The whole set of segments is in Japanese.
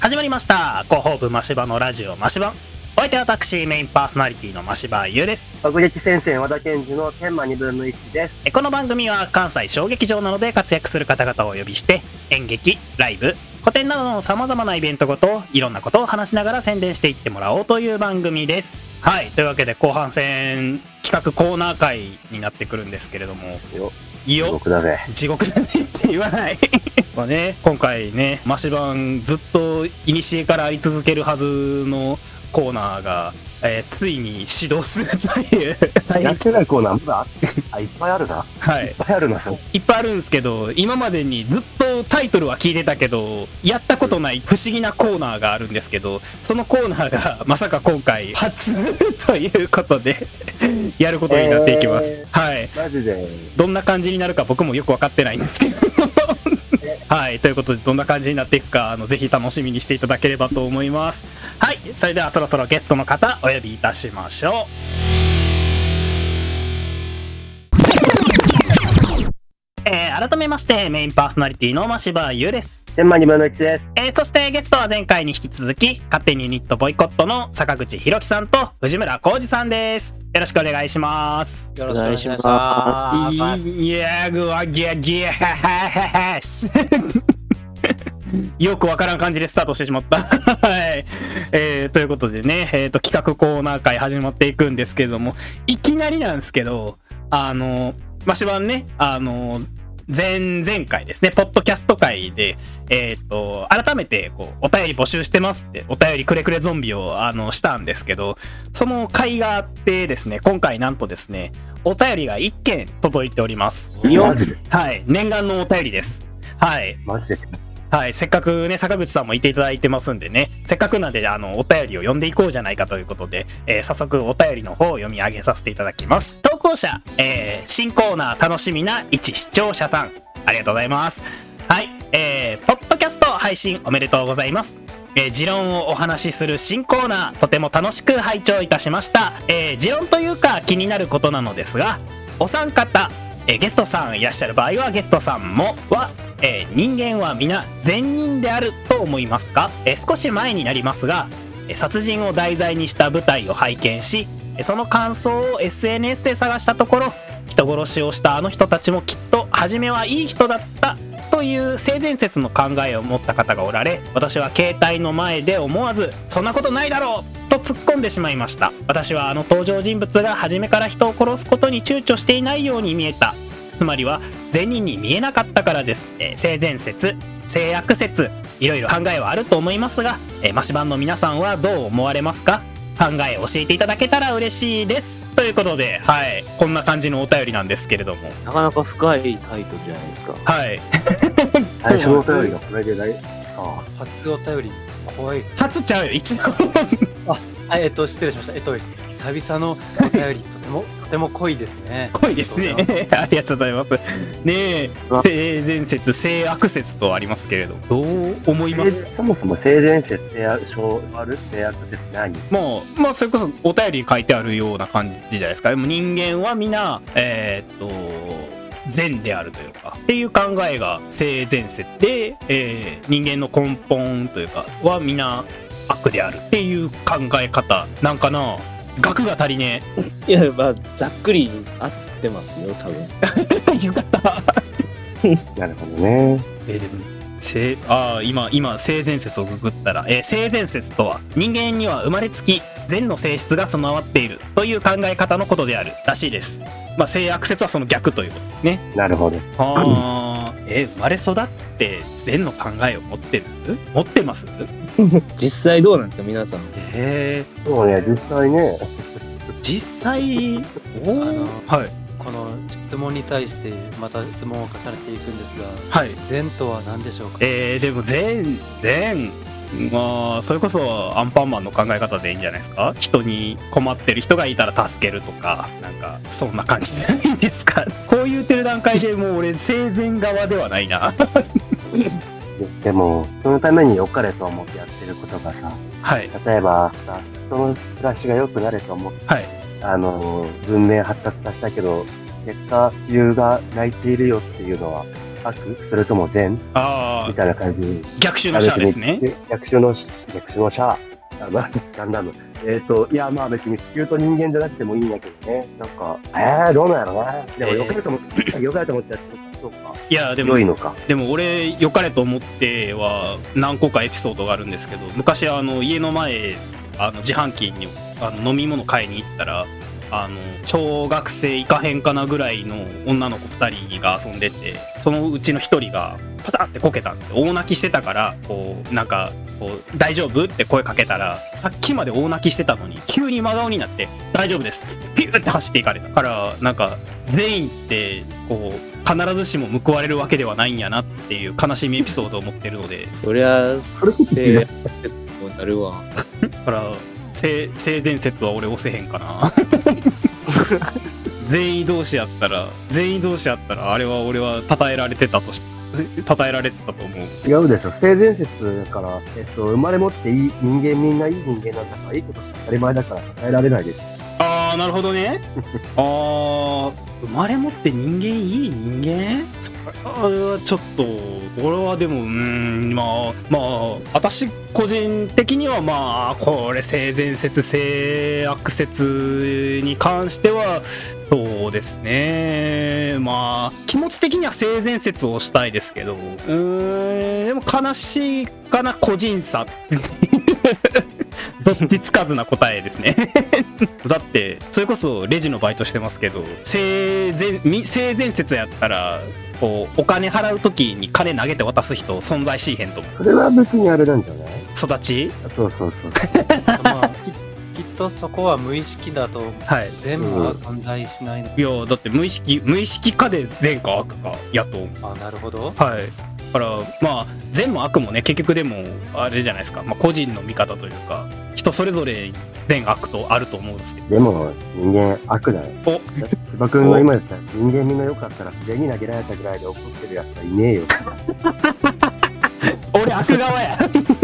始まりました広報部マシバのラジオマシバン。お相手は私メインパーソナリティのマシバユウです。 爆撃戦線和田健二の天馬2分の1です。 この番組は関西小劇場などで活躍する方々をお呼びして演劇、ライブ、古典などの様々なイベントごといろんなことを話しながら宣伝していってもらおうという番組です。はい、というわけで後半戦企画コーナー会になってくるんですけれども、 地獄だぜ。 地獄だねって言わないまあね、今回ね、マシバンずっと古からあり続けるはずのコーナーが、ついに始動するというやってないコーナーまだいっぱいあるな。 はい、 いっぱいあるな。 いっぱいあるんですけど、今までにずっとタイトルは聞いてたけどやったことない不思議なコーナーがあるんですけど、そのコーナーがまさか今回初ということでやることになっていきます。はい、 マジでどんな感じになるか僕もよく分かってないんですけどはい、ということでどんな感じになっていくかぜひ楽しみにしていただければと思います。はい、それではそろそろゲストの方お呼びいたしましょう。改めましてメインパーソナリティのマシバユウです。 天馬2分の1です。 そしてゲストは前回に引き続き勝手にユニットボイコットの坂口博樹さんと藤村浩二さんです。よろしくお願いします。 よろしくお願いします。 いやぐわぎゃぎゃーすよくわからん感じでスタートしてしまったはい、ということでね、企画コーナー会始まっていくんですけれども、いきなりなんですけどマシバンね、前々回ですね、ポッドキャスト会で、改めてこうお便り募集してますってお便りくれくれゾンビをしたんですけど、その会があってですね、今回なんとですねお便りが1件届いております。 マジで？ はい、念願のお便りです。はい、 マジで？ はい、せっかくね坂口さんもいていただいてますんでね、せっかくなんでお便りを読んでいこうじゃないかということで、早速お便りの方を読み上げさせていただきます。投稿者、新コーナー楽しみな一視聴者さん、ありがとうございます。はい、ポッドキャスト配信おめでとうございます。持論をお話しする新コーナーとても楽しく拝聴いたしました。持論というか気になることなのですが、お三方、ゲストさんいらっしゃる場合はゲストさんもは人間は皆善人であると思いますか？少し前になりますが、殺人を題材にした舞台を拝見し、その感想を SNS で探したところ、人殺しをしたあの人たちもきっと初めはいい人だったという性善説の考えを持った方がおられ、私は携帯の前で思わずそんなことないだろうと突っ込んでしまいました。私は登場人物が初めから人を殺すことに躊躇していないように見えた。つまりは善人に見えなかったからです。性善説、性悪説、いろいろ考えはあると思いますが、マシバンの皆さんはどう思われますか？考えを教えていただけたら嬉しいです。ということで、はい、こんな感じのお便りなんですけれども、 なかなか深いタイトルじゃないですか。 はい最初のお便りがこれで初お便り怖い。 初ちゃうよ一度失礼しました。久々のお便りとても濃いですね。 濃いですねありがとうございますね。性善説、性悪説とありますけれど、どう思います？ そもそも性善説、性悪説何？ もうそれこそお便りに書いてあるような感じじゃないですか。でも人間は皆善であるというかっていう考えが性善説で、人間の根本というかは皆悪であるっていう考え方なんかな。額が足りねえ。いや、まあざっくり合ってますよ多分よかったなるほどね。 でも今性善説をググったら、性善説とは人間には生まれつき善の性質が備わっているという考え方のことであるらしいです。まあ性悪説はその逆ということですね。 なるほど。 生まれ育って善の考えを持ってます実際どうなんですか皆さん？ そうね、 実際はい、 この質問に対してまた質問を重ねていくんですが、 はい、 善とは何でしょうか？ でも善まあそれこそアンパンマンの考え方でいいんじゃないですか。人に困ってる人がいたら助けるとか、なんかそんな感じじゃないですかこう言ってる段階でもう俺生前側ではないなでもそのために良かれと思ってやってることがさ、 はい、 例えばさ、人の暮らしが良くなれと思って、はい、文明発達させたけど結果地球が泣いているよっていうのは悪それとも善みあたいな感じ。 逆襲のシャアですね。 逆襲のシャア。ガンダム。いや、まあ別に地球と人間じゃなくてもいいんだけどね。なんか、どうなんやろな。でも、よかれと思ってやってそうか。 いやで良いのか。 でも俺良かれと思っては何個かエピソードがあるんですけど、昔家の前自販機に飲み物買いに行ったら小学生行かへんかなぐらいの女の子2人が遊んでて、そのうちの1人がパタってこけたんで大泣きしてたから、なんか大丈夫って声かけたら、さっきまで大泣きしてたのに急に真顔になって大丈夫ですっつってピューって走っていかれたから、なんか善意って必ずしも報われるわけではないんやなっていう悲しみエピソードを持ってるので、 そりゃでなるわ。 だから性善説は俺押せへんかな。善意同士やったらあれは俺は称えられてたと思う。 違うでしょ。性善説だから、生まれ持っていい人間、みんないい人間なんだから、いいことして当たり前だから称えられないです。 ああ、なるほどね。生まれ持って人間いい人間、それはちょっと俺はでもまあ私個人的にはまあこれ性善説性悪説に関してはそうですね、まあ気持ち的には性善説をしたいですけど、でも悲しいかな、個人差。どっちつかずな答えですね。だってそれこそレジのバイトしてますけど、性善説やったらお金払う時に金投げて渡す人存在しへんと思う。 それは別にあれなんじゃない？ 育ち？ そうまあきっとそこは無意識だと全部は存在しないの。 いやだって無意識かで善か悪かやと思う。 あ、なるほど。 はい。だからまあ善も悪もね、結局でもあれじゃないですか、まあ、個人の見方というか人それぞれ善悪とあると思うんですけど。 でも人間悪だよ。千葉君の今やったら人間みんな良かったら自然に投げられたぐらいで怒ってるやつはいねえよ。 俺悪側や。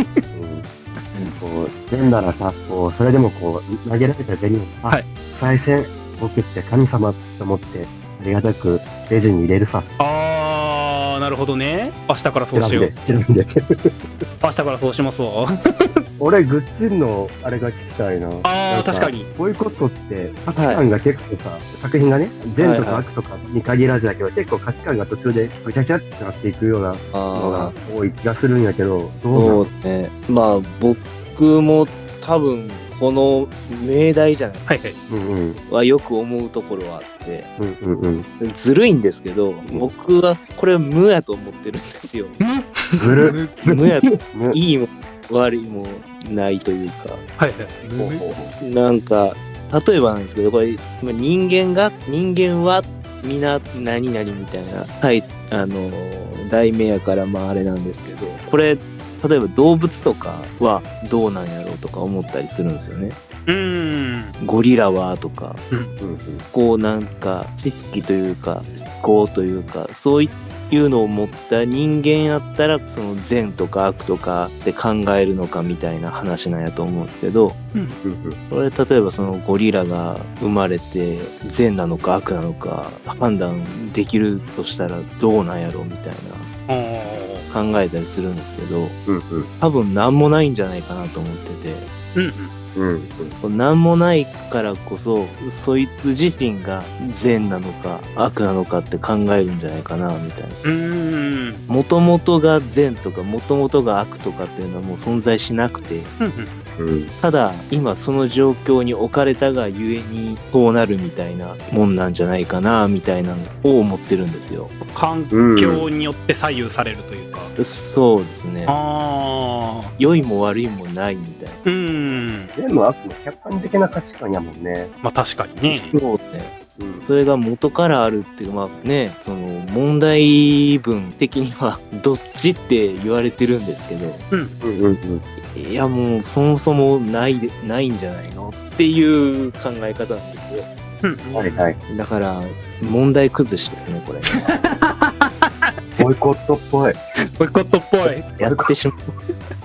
善ならさ、それでも投げられた銭をさ、 はい、 再生僕って神様と思ってありがたくレジに入れるさ。 あー、なるほどね。明日からそうしよう。明日からそうしますわ。 俺グッチンのあれが聞きたいな。 あー、確かにこういうことって価値観が結構さ、作品がね善とか悪とかに限らずだけど、結構価値観が途中でぐちゃぐちゃってなっていくようなのが多い気がするんやけど、 そうね。まあ僕も多分この命題じゃない、 はいはい、 はよく思うところはあって、ずるいんですけど、僕はこれ無やと思ってるんですよ。無やといいも悪いもないというか、 はいはい、 なんか例えばなんですけど、これ人間は皆何々みたいな、はい、題名やからまああれなんですけど、これ例えば動物とかはどうなんやろうとか思ったりするんですよね。ゴリラはとか、なんか知識というか思考というか、そういうのを持った人間やったらその善とか悪とかで考えるのかみたいな話なんやと思うんですけど、これ例えばそのゴリラが生まれて善なのか悪なのか判断できるとしたらどうなんやろうみたいな考えたりするんですけど、多分何もないんじゃないかなと思ってて、何もないからこそそいつ自身が善なのか悪なのかって考えるんじゃないかなみたいな。もともとが善とかもともとが悪とかっていうのはもう存在しなくて、ただ今その状況に置かれたがゆえにこうなるみたいなもんなんじゃないかなみたいなのを思ってるんですよ。 環境によって左右されるというか、 そうですね。良いも悪いもないみたいな。 善も悪も客観的な価値観やもんね。 まあ確かにね。 そうね。それが元からあるっていう、まあね、その問題文的にはどっちって言われてるんですけど、いやもうそもそもないんじゃないのっていう考え方なんですよ。だから問題崩しですねこれ。 ボイコットっぽい。 ボイコットっぽい。 やってしまう。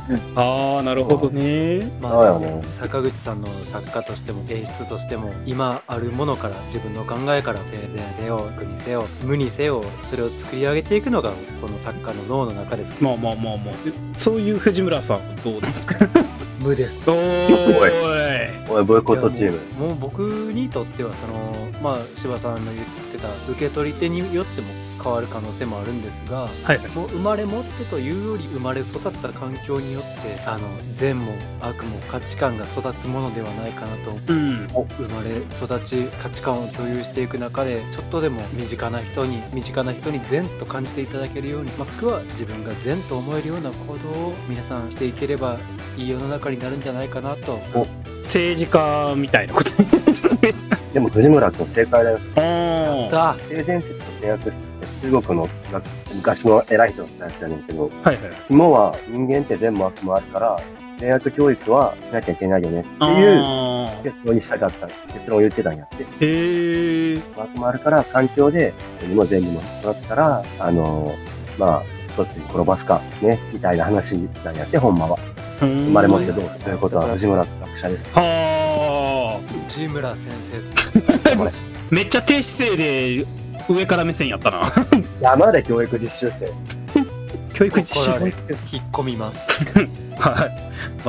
ああ、なるほどね。 そうよね。 坂口さんの作家としても演出としても今あるものから自分の考えから生前せよ苦にせよ無にせよそれを作り上げていくのがこの作家の脳の中です。 まあそういう藤村さんはどうですか？ 無です。 おーい。 おい、ボイコットチーム。 もう僕にとっては柴さんの言ってた受け取り手によっても変わる可能性もあるんですが、もう生まれ持ってというより生まれ育った環境によって善も悪も価値観が育つものではないかなと、生まれ育ち価値観を共有していく中でちょっとでも身近な人に善と感じていただけるように、僕は自分が善と思えるような行動を皆さんしていければいい世の中になるんじゃないかなと。 政治家みたいなことでも藤村君正解だよ。 やった性善説と性悪説って中国の昔の偉い人の話なんだけど、肝は人間って善も悪もあるから性悪教育はしなきゃいけないよねっていう結論に従った結論を言ってたんやって。悪もあるから環境でにも善にも育ったら一つに転ばすかねみたいな話なんやって。ほんまは生まれ持ってどうということは藤村学者です。 藤村先生めっちゃ低姿勢で上から目線やったな。 山で教育実習生。 教育実習生引っ込みます。 はい。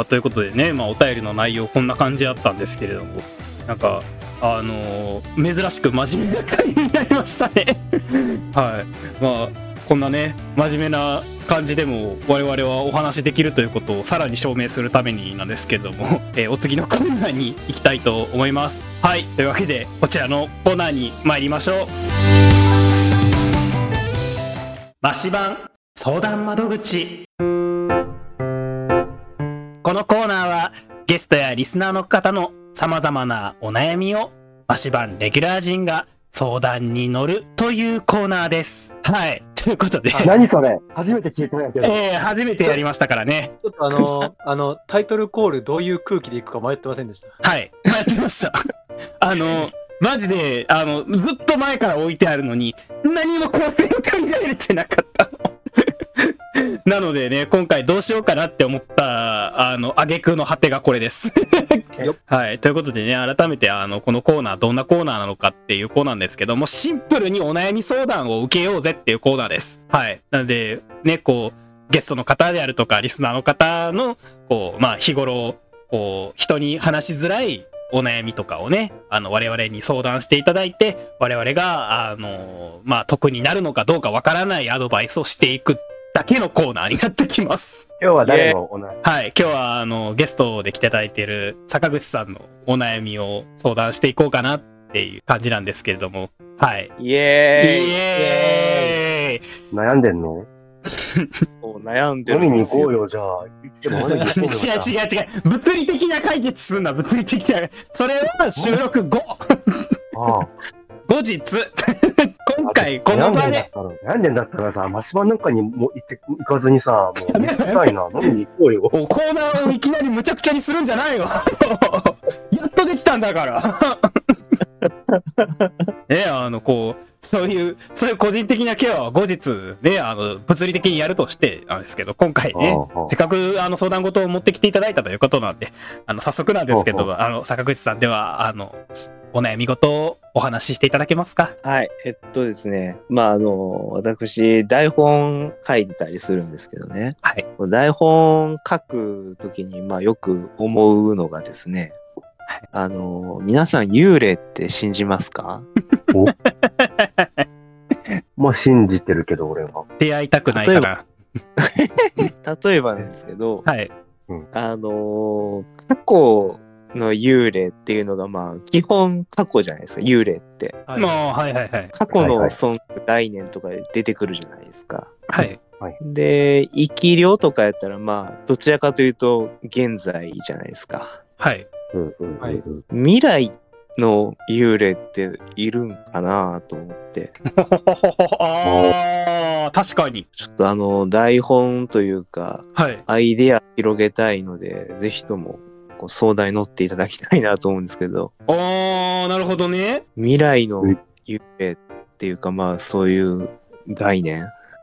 ということでね、お便りの内容こんな感じだったんですけれども、なんか珍しく真面目な回になりましたね。はい。こんなね真面目な感じでも我々はお話できるということをさらに証明するためになんですけれども、お次のコーナーに行きたいと思います。はい、というわけでこちらのコーナーに参りましょう。マシバン相談窓口。このコーナーはゲストやリスナーの方のさまざまなお悩みをマシバンレギュラー陣が相談に乗るというコーナーです。はい。ということで。 何それ？初めて聞いたんやけど。 初めてやりましたからね。 ちょっとタイトルコールどういう空気でいくか迷ってませんでした？ はい。迷ってました。マジで、ずっと前から置いてあるのに、何も構成を考えれてなかったの。なのでね、今回どうしようかなって思った、挙句の果てがこれです。はい。ということでね、改めて、このコーナー、どんなコーナーなのかっていうコーナーなんですけども、シンプルにお悩み相談を受けようぜっていうコーナーです。はい。なので、ね、ゲストの方であるとか、リスナーの方の、日頃、人に話しづらいお悩みとかをね、我々に相談していただいて、我々が、得になるのかどうかわからないアドバイスをしていくだけのコーナーになってきます。 今日は誰のお悩み？ はい、今日はゲストで来ていただいている坂口さんのお悩みを相談していこうかなっていう感じなんですけれども、はい。 イエーイ。 悩んでんの？ 悩んでる飲みに行こうよ、じゃあ。 違う。物理的な解決すんな、物理的な。それは収録後。後日。今回、この場で。 悩んでんだったらさ、マシバンなんかにも行かずにさ、もう、行きたいな、飲みに行こうよ。 コーナーをいきなり無茶苦茶にするんじゃないよ。やっとできたんだから。そういう個人的なケアは後日ね、物理的にやるとしてなんですけど、今回ね、せっかく相談事を持ってきていただいたということなんで、早速なんですけど、坂口さんでは、お悩み事をお話ししていただけますか？ はい。ですね。私、台本書いてたりするんですけどね。 はい。 台本書くときに、よく思うのがですね、皆さん幽霊って信じますか？ もう信じてるけど、俺は。 出会いたくないから。 例えばなんですけど、 はい。 過去の幽霊っていうのが基本過去じゃないですか、幽霊って。 はい。 過去の概念とかで出てくるじゃないですか。 はい。 で、生き量とかやったらどちらかというと現在じゃないですか。 はい。 未来の幽霊っているんかなと思って。 確かに。 ちょっと台本というか、アイデア広げたいので、ぜひとも相談に乗っていただきたいなと思うんですけど。 なるほどね。 未来の幽霊っていうかそういう概念。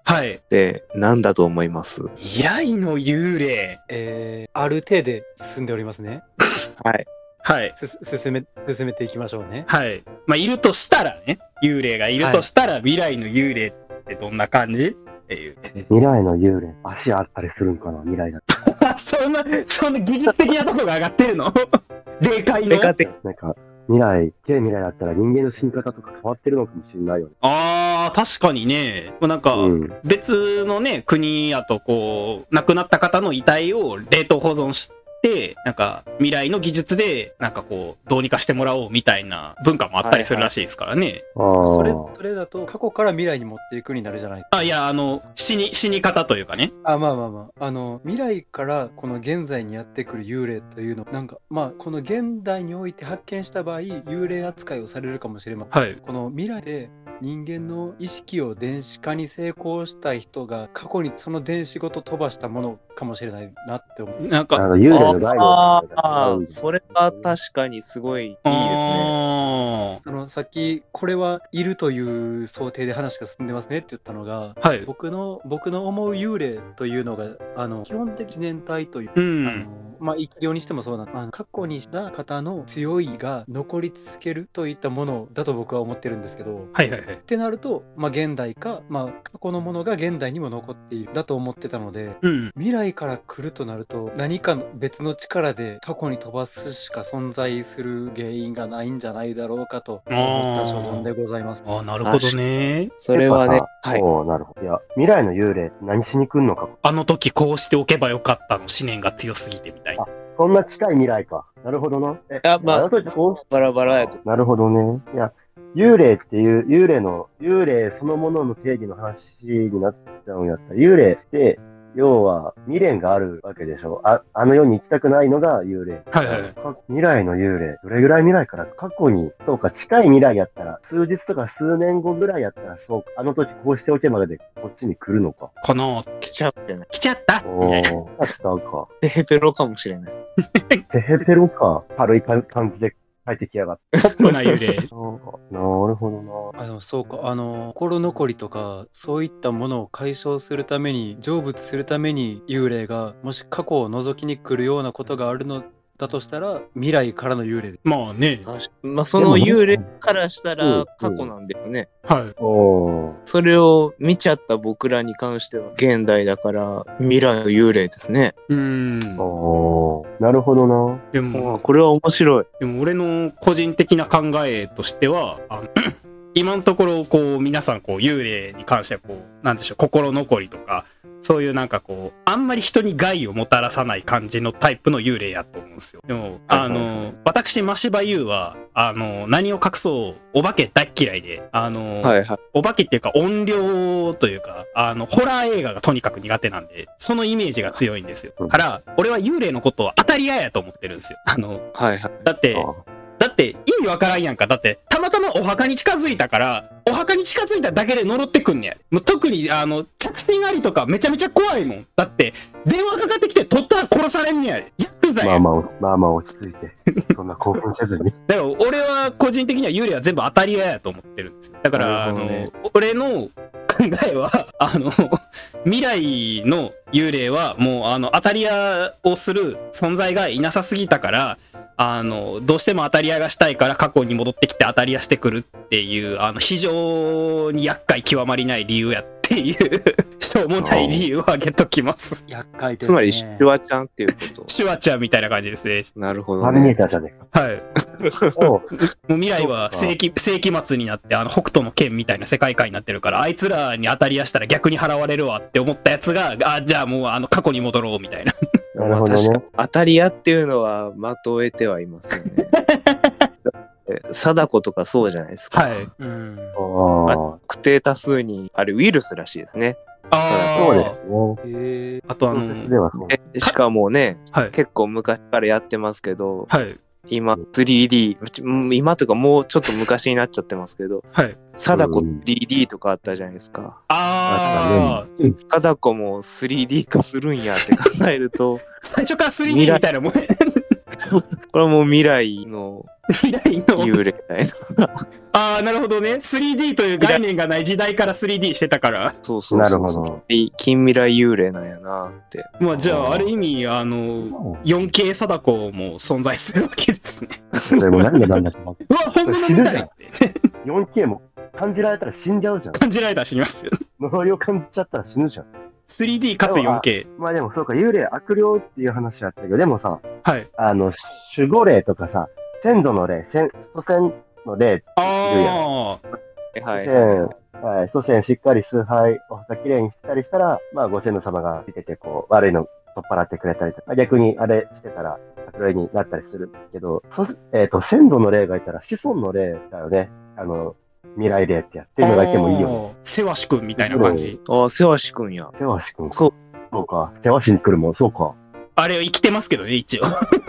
はい。 で、何だと思います？ 未来の幽霊。 ある程度進んでおりますね。 はい。 はい。 進めていきましょうね。 はい。まあ、いるとしたらね、幽霊がいるとしたら、はい、未来の幽霊ってどんな感じっていう。 未来の幽霊、足あったりするんかな、未来だと。 そんな技術的なとこが上がってるの霊界の。 なんか、未来だったら人間の死に方とか変わってるのかもしれないよね。 ああ、確かにね。なんか、別のね、国やとこう、亡くなった方の遺体を冷凍保存して、なんか未来の技術でなんかこうどうにかしてもらおうみたいな文化もあったりするらしいですからね。 それだと過去から未来に持っていくになるじゃないですか。 いや死に方というかね。 まあ未来からこの現在にやってくる幽霊というのなんかこの現代において発見した場合幽霊扱いをされるかもしれません。はい、この未来で人間の意識を電子化に成功した人が過去にその電子ごと飛ばしたものかもしれないなって思う。 なんか幽霊の概念。 それは確かにすごいいいですね。 さっきこれはいるという想定で話が進んでますねって言ったのが、はい、僕の思う幽霊というのが基本的自然体という、生き量にしてもそうな過去にした方の強いが残り続けるといったものだと僕は思ってるんですけど、 はいはいはい、 ってなると、現代か、過去のものが現代にも残っているだと思ってたので、未来から来るとなると何か別の力で過去に飛ばすしか存在する原因がないんじゃないだろうかと思った所存でございます。 なるほどね。 それはね、 はい。なるほど。いや、未来の幽霊何しに来んのか。 あの時こうしておけばよかったの思念が強すぎてみたいな。 そんな近い未来か。なるほどな。 あの時こうバラバラやと。 なるほどね。いや、幽霊っていう幽霊そのものの定義の話になっちゃうんやったら、幽霊って要は未練があるわけでしょ。あの世に行きたくないのが幽霊。 はいはい。 未来の幽霊。どれぐらい未来から過去に、そうか、近い未来やったら、数日とか数年後ぐらいやったら、そうか、あの時こうしておけばでこっちに来るのか。 かな来ちゃったね。 来ちゃったおー、来ちゃったか。 テヘペロかもしれない。 テヘペロか。軽い感じで帰ってきやがって。 ポップな幽霊。 なるほどな。 そうか、心残りとか、そういったものを解消するために、成仏するために幽霊が、もし過去を覗きに来るようなことがあるのだとしたら、未来からの幽霊です。 まあね。 その幽霊からしたら過去なんだよね。 はい。 それを見ちゃった僕らに関しては現代だから未来の幽霊ですね。 なるほどな。 でもこれは面白い。 でも俺の個人的な考えとしては、今のところこう皆さんこう幽霊に関してはこうなんでしょう、心残りとかそういうなんかこうあんまり人に害をもたらさない感じのタイプの幽霊やと思うんですよ。でも私真柴優は何を隠そうお化け大っ嫌いでお化けっていうか怨霊というかホラー映画がとにかく苦手なんでそのイメージが強いんですよ。から俺は幽霊のことは当たり屋やと思ってるんですよ。だって意味わからんやんか。だってたまたまお墓に近づいたからお墓に近づいただけで呪ってくんねや。もう特に着信ありとかめちゃめちゃ怖いもん。だって電話かかってきて取ったら殺されんねやで。ヤクザや。 まあ落ち着いてそんな興奮せずに。 だから俺は個人的には幽霊は全部当たり屋やと思ってるんですよ。だから俺の考えは未来の幽霊はもう当たり屋をする存在がいなさすぎたからどうしても当たり屋がしたいから過去に戻ってきて当たり屋してくるっていう非常に厄介極まりない理由やっていうしょうもない理由を挙げときます。 厄介ですね。 つまりシュワちゃんっていうこと。 シュワちゃんみたいな感じですね。 なるほど、 ね。ターミネーターじゃねえか。 はい。もう未来は世紀末になって北斗の剣みたいな世界観になってるからあいつらに当たり屋したら逆に払われるわって思ったやつがじゃあもう過去に戻ろうみたいな。 なるほどね。 確か当たり屋っていうのは的を得てはいますよね。貞子とかそうじゃないですか。 はい。 不定多数にあれウイルスらしいですね。 そうですね。 あとしかもね、 はい、 結構昔からやってますけど、 はい、 今 3D 今とかもうちょっと昔になっちゃってますけど、 はい、 貞子 3D とかあったじゃないですか。貞子も 3D 化するんやって考えると最初から 3D みたいなもん。 これはもう未来の未来の幽霊みたいな。 ああ、なるほどね。3D という概念がない時代から 3D してたから。 そうそうそう。 なるほど。 近未来幽霊なんやなって。 まあじゃあ、ある意味、4K 貞子も存在するわけですね。 でも何が何だと思って。 うわ、本物みたいって。 4K も感じられたら死んじゃうじゃん。 感じられたら死にますよ。 呪いを感じちゃったら死ぬじゃん。 3D かつ 4K。 まあでもそうか、幽霊悪霊っていう話だったけど、でもさ、 はい。 守護霊とかさ、先祖の霊、祖先の霊いるやん。 はい。 はい。祖先しっかり崇拝、お墓きれいにしたりしたら、まあご先祖様が見てて、こう、悪いの取っ払ってくれたりとか、逆にあれしてたら、悪霊になったりするけど、先祖の霊がいたら子孫の霊だよね。未来霊ってやってるのがいてもいいよね。 せわしくんみたいな感じ。 ああ、せわしくんや。 せわしくん。そうか。せわしに来るもん、そうか。 あれは生きてますけどね、一応。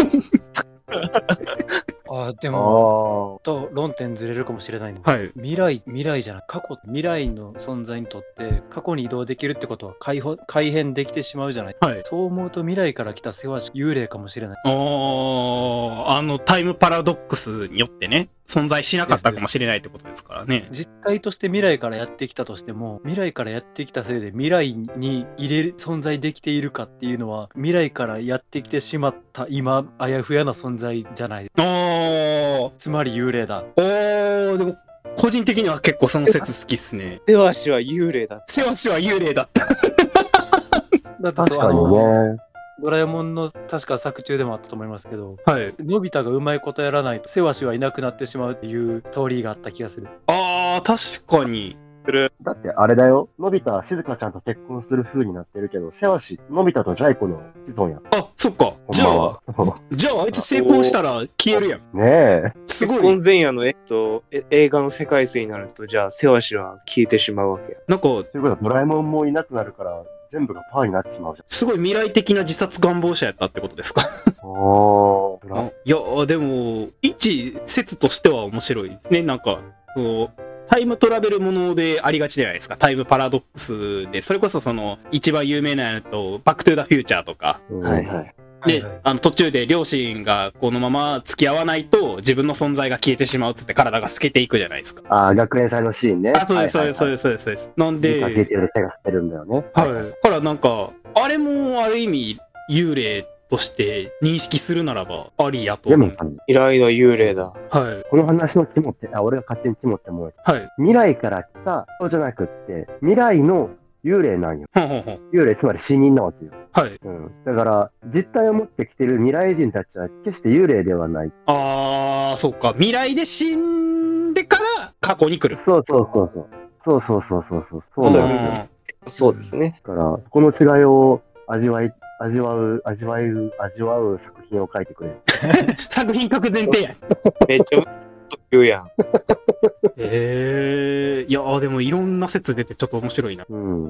でも、論点ずれるかもしれないの。 はい。 未来じゃない、未来の存在にとって、過去に移動できるってことは改変できてしまうじゃない。 はい。 そう思うと未来から来た世話し幽霊かもしれない。 タイムパラドックスによってね、存在しなかったかもしれないってことですからね。 実態として未来からやってきたとしても、未来からやってきたせいで未来に存在できているかっていうのは、未来からやってきてしまった今、あやふやな存在じゃない。つまり幽霊だ。 でも、個人的には結構その説好きっすね。 せわしは幽霊だった。 せわしは幽霊だった。 だって確かにね。 ドラえもんの確か作中でもあったと思いますけど、 はい、 のび太がうまいことやらないとせわしはいなくなってしまうっていうストーリーがあった気がする。 確かに。 だってあれだよ、のび太は静香ちゃんと結婚する風になってるけど、せわし、のび太とジャイ子の子孫や。 そっか。じゃああいつ成功したら消えるやん。 ねえ。 すごい。 結婚前夜の映画の世界線になると、じゃあせわしは消えてしまうわけや。 なんか、ということはドラえもんもいなくなるから、全部がパーになってしまうじゃん。 すごい未来的な自殺願望者やったってことですか。いや、でも、一説としては面白いですね。なんか、タイムトラベルものでありがちじゃないですか。タイムパラドックスで、それこそ一番有名なのと、バックトゥーザフューチャーとか。 はいはい。 で、途中で両親がこのまま付き合わないと自分の存在が消えてしまうっつって体が透けていくじゃないですか。 学園祭のシーンね。 そうです。なんで、 消えてる手が捨てるんだよね。 はい。からなんか、あれもある意味幽霊として認識するならばありやと。 でも未来の幽霊だ。 はい。 この話の肝って、俺が勝手に肝って思う。 はい。 未来から来た人じゃなくって、未来の幽霊なんよ。幽霊、つまり死人なわけよ。 はい。 だから、実体を持ってきてる未来人たちは決して幽霊ではない。 そうか。未来で死んでから過去に来る。 そう。 そうですね。 だから、この違いを味わう作品を書いてくれる。 作品書く前提やん。 めっちゃ言うやん。 いやでもいろんな説出てちょっと面白いな。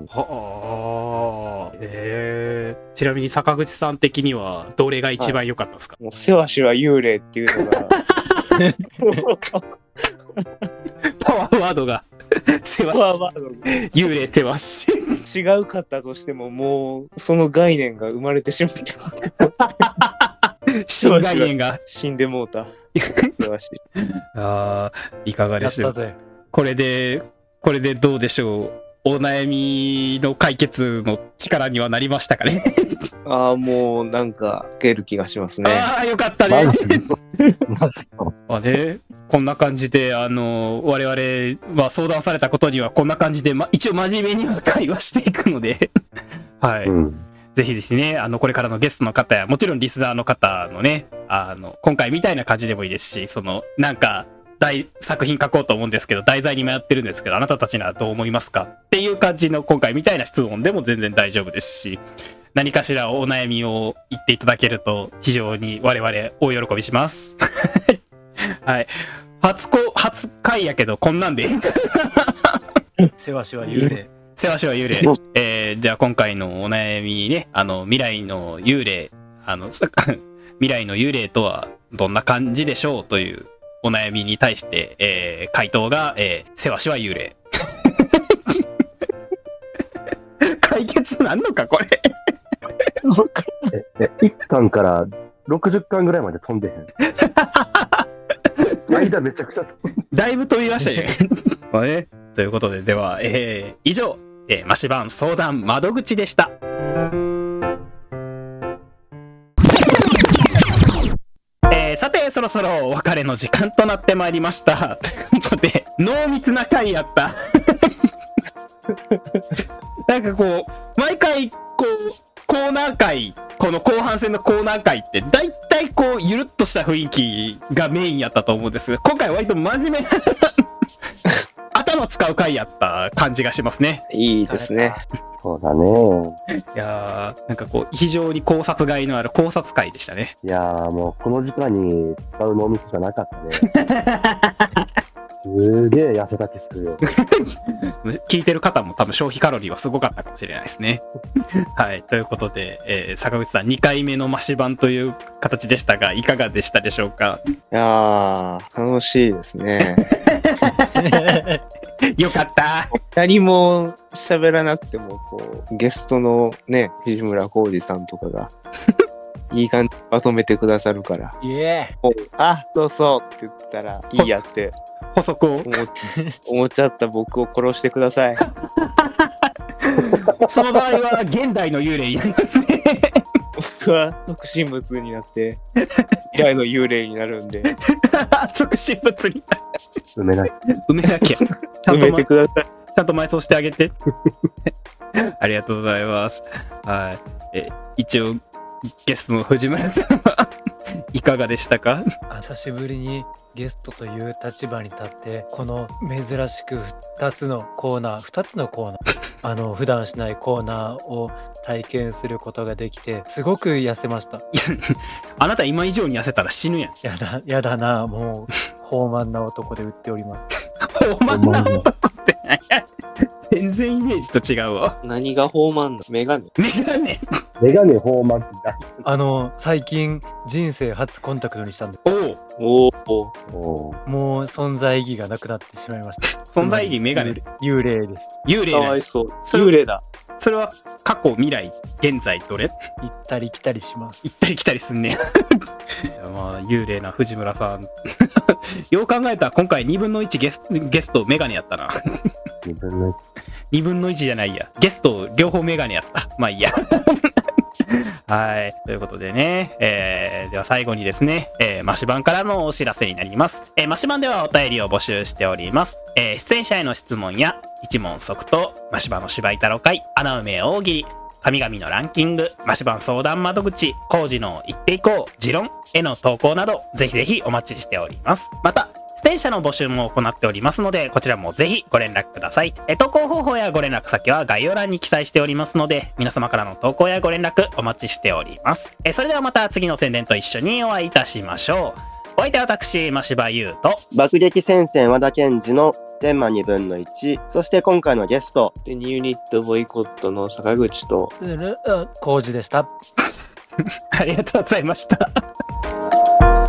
ちなみに坂口さん的にはどれが一番良かったですか？ もうせわしは幽霊っていうのがパワーワードがせわし幽霊せわし違うかったとしてももうその概念が生まれてしまった新概念が死んでもうた。 いかがでしょう。これでどうでしょう。お悩みの解決の力にはなりましたかね。 もうなんか書ける気がしますね。 よかったね。こんな感じで我々は相談されたことにはこんな感じで、一応真面目には会話していくのではい。ぜひぜひね、これからのゲストの方や、もちろんリスナーの方のね、今回みたいな感じでもいいですし、なんか、作品書こうと思うんですけど、題材に迷ってるんですけど、あなたたちにはどう思いますかっていう感じの今回みたいな質問でも全然大丈夫ですし、何かしらお悩みを言っていただけると非常に我々大喜びします。はい。初回やけど、こんなんで。 せわしは幽霊。 せわしは幽霊。じゃあ今回のお悩みね、未来の幽霊、未来の幽霊とはどんな感じでしょうというお悩みに対して、回答が、せわしは幽霊。解決なんのかこれ。 1巻から60巻ぐらいまで飛んでへん。 間めちゃくちゃだいぶ飛びましたね。ということで、では、以上、マシバン相談窓口でした。さて、そろそろお別れの時間となってまいりました。ということで、濃密な回やった。なんかこう、毎回、こう、コーナー回、この後半戦のコーナー回って、だいたいこう、ゆるっとした雰囲気がメインやったと思うんですが、今回割と真面目な、頭使う回やった感じがしますね。 いいですね。 そうだね。 いやー、なんかこう、非常に考察がいのある考察会でしたね。 いやー、もうこの時間に使う脳みそじゃなかったね。すげえ痩せた気するよ。 聞いてる方も多分消費カロリーはすごかったかもしれないですね。はい。ということで、坂口さん2回目のマシ版という形でしたが、いかがでしたでしょうか？ いやー、楽しいですね。 よかった。 何も喋らなくても、こう、ゲストのね、藤村浩二さんとかが、いい感じにまとめてくださるから。あ、そうそうって言ったら、いいやって。 補足を思っちゃった僕を殺してください。 その場合は現代の幽霊になって僕は即身仏になって未来の幽霊になるんで即身仏になる。 埋めなきゃ埋めてください。 ちゃんと埋葬してあげて。ありがとうございます。はい。一応ゲストの藤村さんはいかがでしたか？ 久しぶりにゲストという立場に立ってこの珍しく2つのコーナー普段しないコーナーを体験することができてすごく痩せました。 あなた今以上に痩せたら死ぬやん。 やだな、もう豊満な男で売っております。 豊満な男って何や。全然イメージと違うわ。 何が豊満なの？メガネ豊満って最近人生初コンタクトにしたんで。 おもう存在意義がなくなってしまいました。 存在意義メガネ。 幽霊です。 幽霊。 かわいそう。幽霊だ。 それは過去未来現在どれ？ 行ったり来たりします。 行ったり来たりすんね。まあ幽霊な藤村さん。よう考えたら今回2分の1ゲストメガネやったな。2分の1じゃないや。ゲスト両方メガネやった。まあいいや。はい。ということでね、では最後にですね、マシ版からのお知らせになります。マシ版ではお便りを募集しております。出演者への質問や一問即答、マシ版の芝居太郎会、穴埋め大喜利、神々のランキング、マシ版相談窓口、工事の言っていこう、持論への投稿など、ぜひぜひお待ちしております。また、出演者の募集も行っておりますので、こちらもぜひご連絡ください。投稿方法やご連絡先は概要欄に記載しておりますので、皆様からの投稿やご連絡お待ちしております。それではまた次の宣伝と一緒にお会いいたしましょう。お相手は私、真柴優と、 爆撃戦線和田健二の天満2分の1、そして今回のゲスト、 でニューニットボイコットの坂口と、 浩二でした。 ありがとうございました。